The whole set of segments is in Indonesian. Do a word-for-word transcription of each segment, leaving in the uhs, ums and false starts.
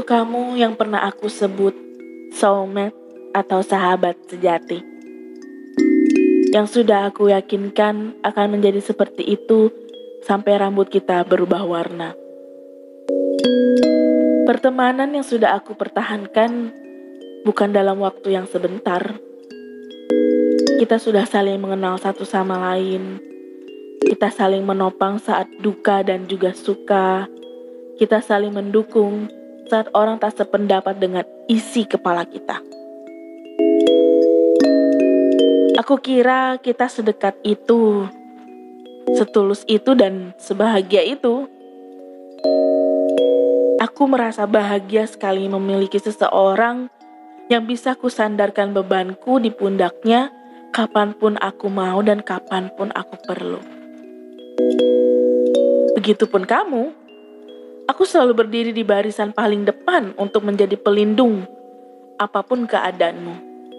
Untuk kamu yang pernah aku sebut soulmate atau sahabat sejati, yang sudah aku yakinkan akan menjadi seperti itu sampai rambut kita berubah warna. Pertemanan yang sudah aku pertahankan bukan dalam waktu yang sebentar. Kita sudah saling mengenal satu sama lain. Kita saling menopang saat duka dan juga suka. Kita saling mendukung saat orang tak sependapat dengan isi kepala kita. Aku kira kita sedekat itu, setulus itu dan sebahagia itu. Aku merasa bahagia sekali memiliki seseorang yang bisa kusandarkan bebanku di pundaknya kapanpun aku mau dan kapanpun aku perlu. Begitupun kamu. Aku selalu berdiri di barisan paling depan untuk menjadi pelindung apapun keadaanmu.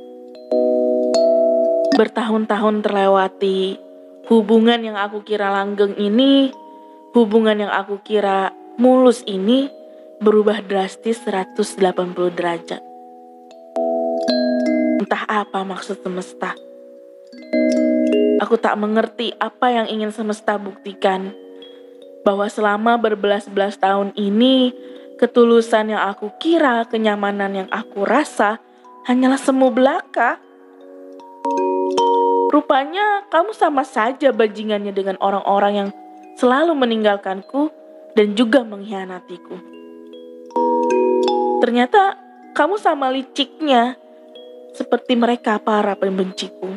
Bertahun-tahun terlewati, hubungan yang aku kira langgeng ini, hubungan yang aku kira mulus ini, berubah drastis seratus delapan puluh derajat. Entah apa maksud semesta. Aku tak mengerti apa yang ingin semesta buktikan. Bahwa selama berbelas-belas tahun ini, ketulusan yang aku kira, kenyamanan yang aku rasa, hanyalah semu belaka. Rupanya kamu sama saja bajingannya dengan orang-orang yang selalu meninggalkanku dan juga mengkhianatiku. Ternyata kamu sama liciknya, seperti mereka para pembenciku.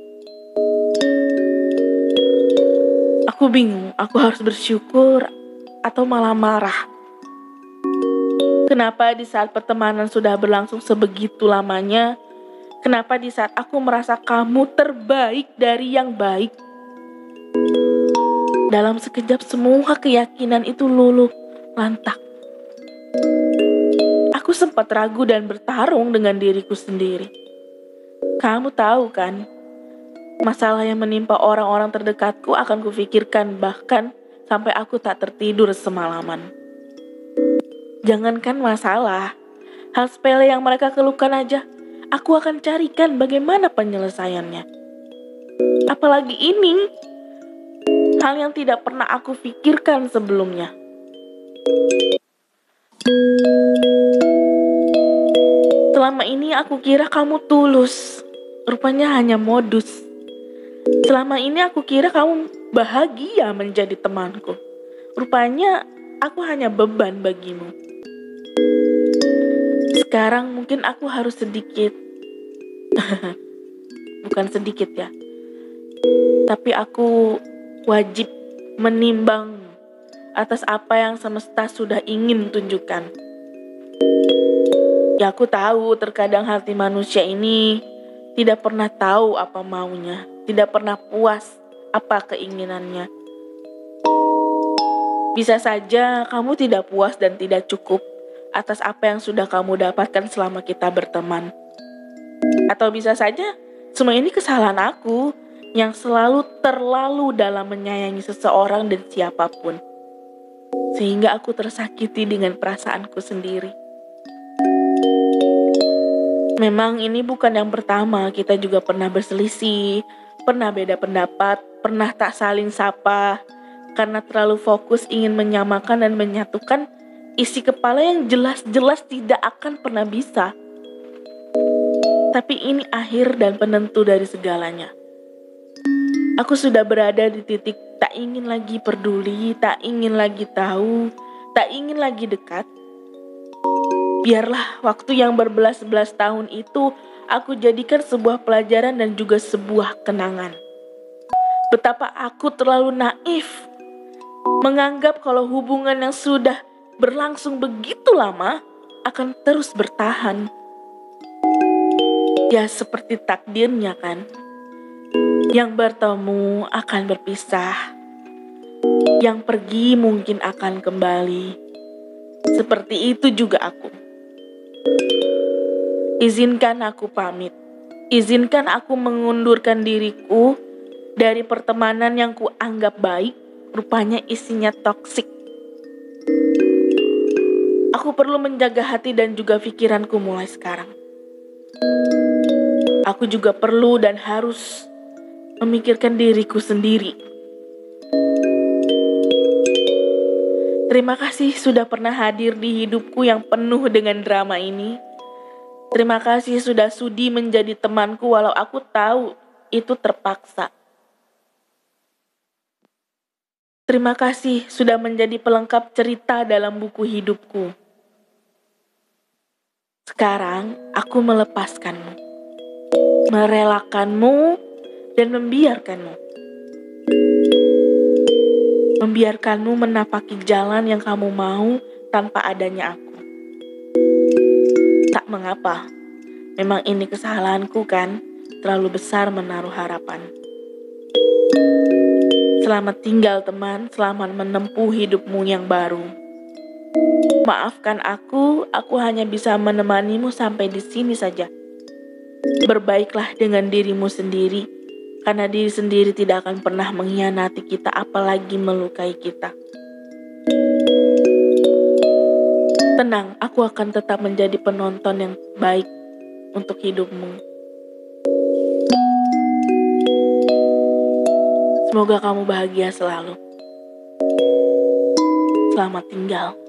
Aku bingung, aku harus bersyukur atau malah marah. Kenapa di saat pertemanan sudah berlangsung sebegitu lamanya, kenapa di saat aku merasa kamu terbaik dari yang baik, dalam sekejap semua keyakinan itu luluh lantak. Aku sempat ragu dan bertarung dengan diriku sendiri. Kamu tahu kan, masalah yang menimpa orang-orang terdekatku akan kufikirkan bahkan sampai aku tak tertidur semalaman. Jangankan masalah, hal sepele yang mereka keluhkan aja, aku akan carikan bagaimana penyelesaiannya. Apalagi ini, hal yang tidak pernah aku pikirkan sebelumnya. Selama ini aku kira kamu tulus, rupanya hanya modus. Selama ini aku kira kamu bahagia menjadi temanku. Rupanya aku hanya beban bagimu. Sekarang mungkin aku harus sedikit, bukan sedikit ya, tapi aku wajib menimbang atas apa yang semesta sudah ingin tunjukkan. Ya aku tahu terkadang hati manusia ini tidak pernah tahu apa maunya, tidak pernah puas apa keinginannya. Bisa saja kamu tidak puas dan tidak cukup atas apa yang sudah kamu dapatkan selama kita berteman. Atau bisa saja semua ini kesalahan aku yang selalu terlalu dalam menyayangi seseorang dan siapapun. Sehingga aku tersakiti dengan perasaanku sendiri. Memang ini bukan yang pertama, kita juga pernah berselisih, pernah beda pendapat, pernah tak saling sapa, karena terlalu fokus ingin menyamakan dan menyatukan isi kepala yang jelas-jelas tidak akan pernah bisa. Tapi ini akhir dan penentu dari segalanya. Aku sudah berada di titik tak ingin lagi peduli, tak ingin lagi tahu, tak ingin lagi dekat. Biarlah waktu yang berbelas-belas tahun itu aku jadikan sebuah pelajaran dan juga sebuah kenangan. Betapa aku terlalu naif menganggap kalau hubungan yang sudah berlangsung begitu lama akan terus bertahan. Ya seperti takdirnya kan. Yang bertemu akan berpisah. Yang pergi mungkin akan kembali. Seperti itu juga aku. Izinkan aku pamit. Izinkan aku mengundurkan diriku dari pertemanan yang kuanggap baik, rupanya isinya toksik. Aku perlu menjaga hati dan juga pikiranku mulai sekarang. Aku juga perlu dan harus memikirkan diriku sendiri. Terima kasih sudah pernah hadir di hidupku yang penuh dengan drama ini. Terima kasih sudah sudi menjadi temanku walau aku tahu itu terpaksa. Terima kasih sudah menjadi pelengkap cerita dalam buku hidupku. Sekarang aku melepaskanmu, merelakanmu, dan membiarkanmu. Membiarkanmu menapaki jalan yang kamu mau tanpa adanya aku. Tak mengapa, memang ini kesalahanku kan, terlalu besar menaruh harapan. Selamat tinggal teman, selamat menempuh hidupmu yang baru. Maafkan aku, aku hanya bisa menemanimu sampai di sini saja. Berbaiklah dengan dirimu sendiri, karena diri sendiri tidak akan pernah mengkhianati kita, apalagi melukai kita. Tenang, aku akan tetap menjadi penonton yang baik untuk hidupmu. Semoga kamu bahagia selalu. Selamat tinggal.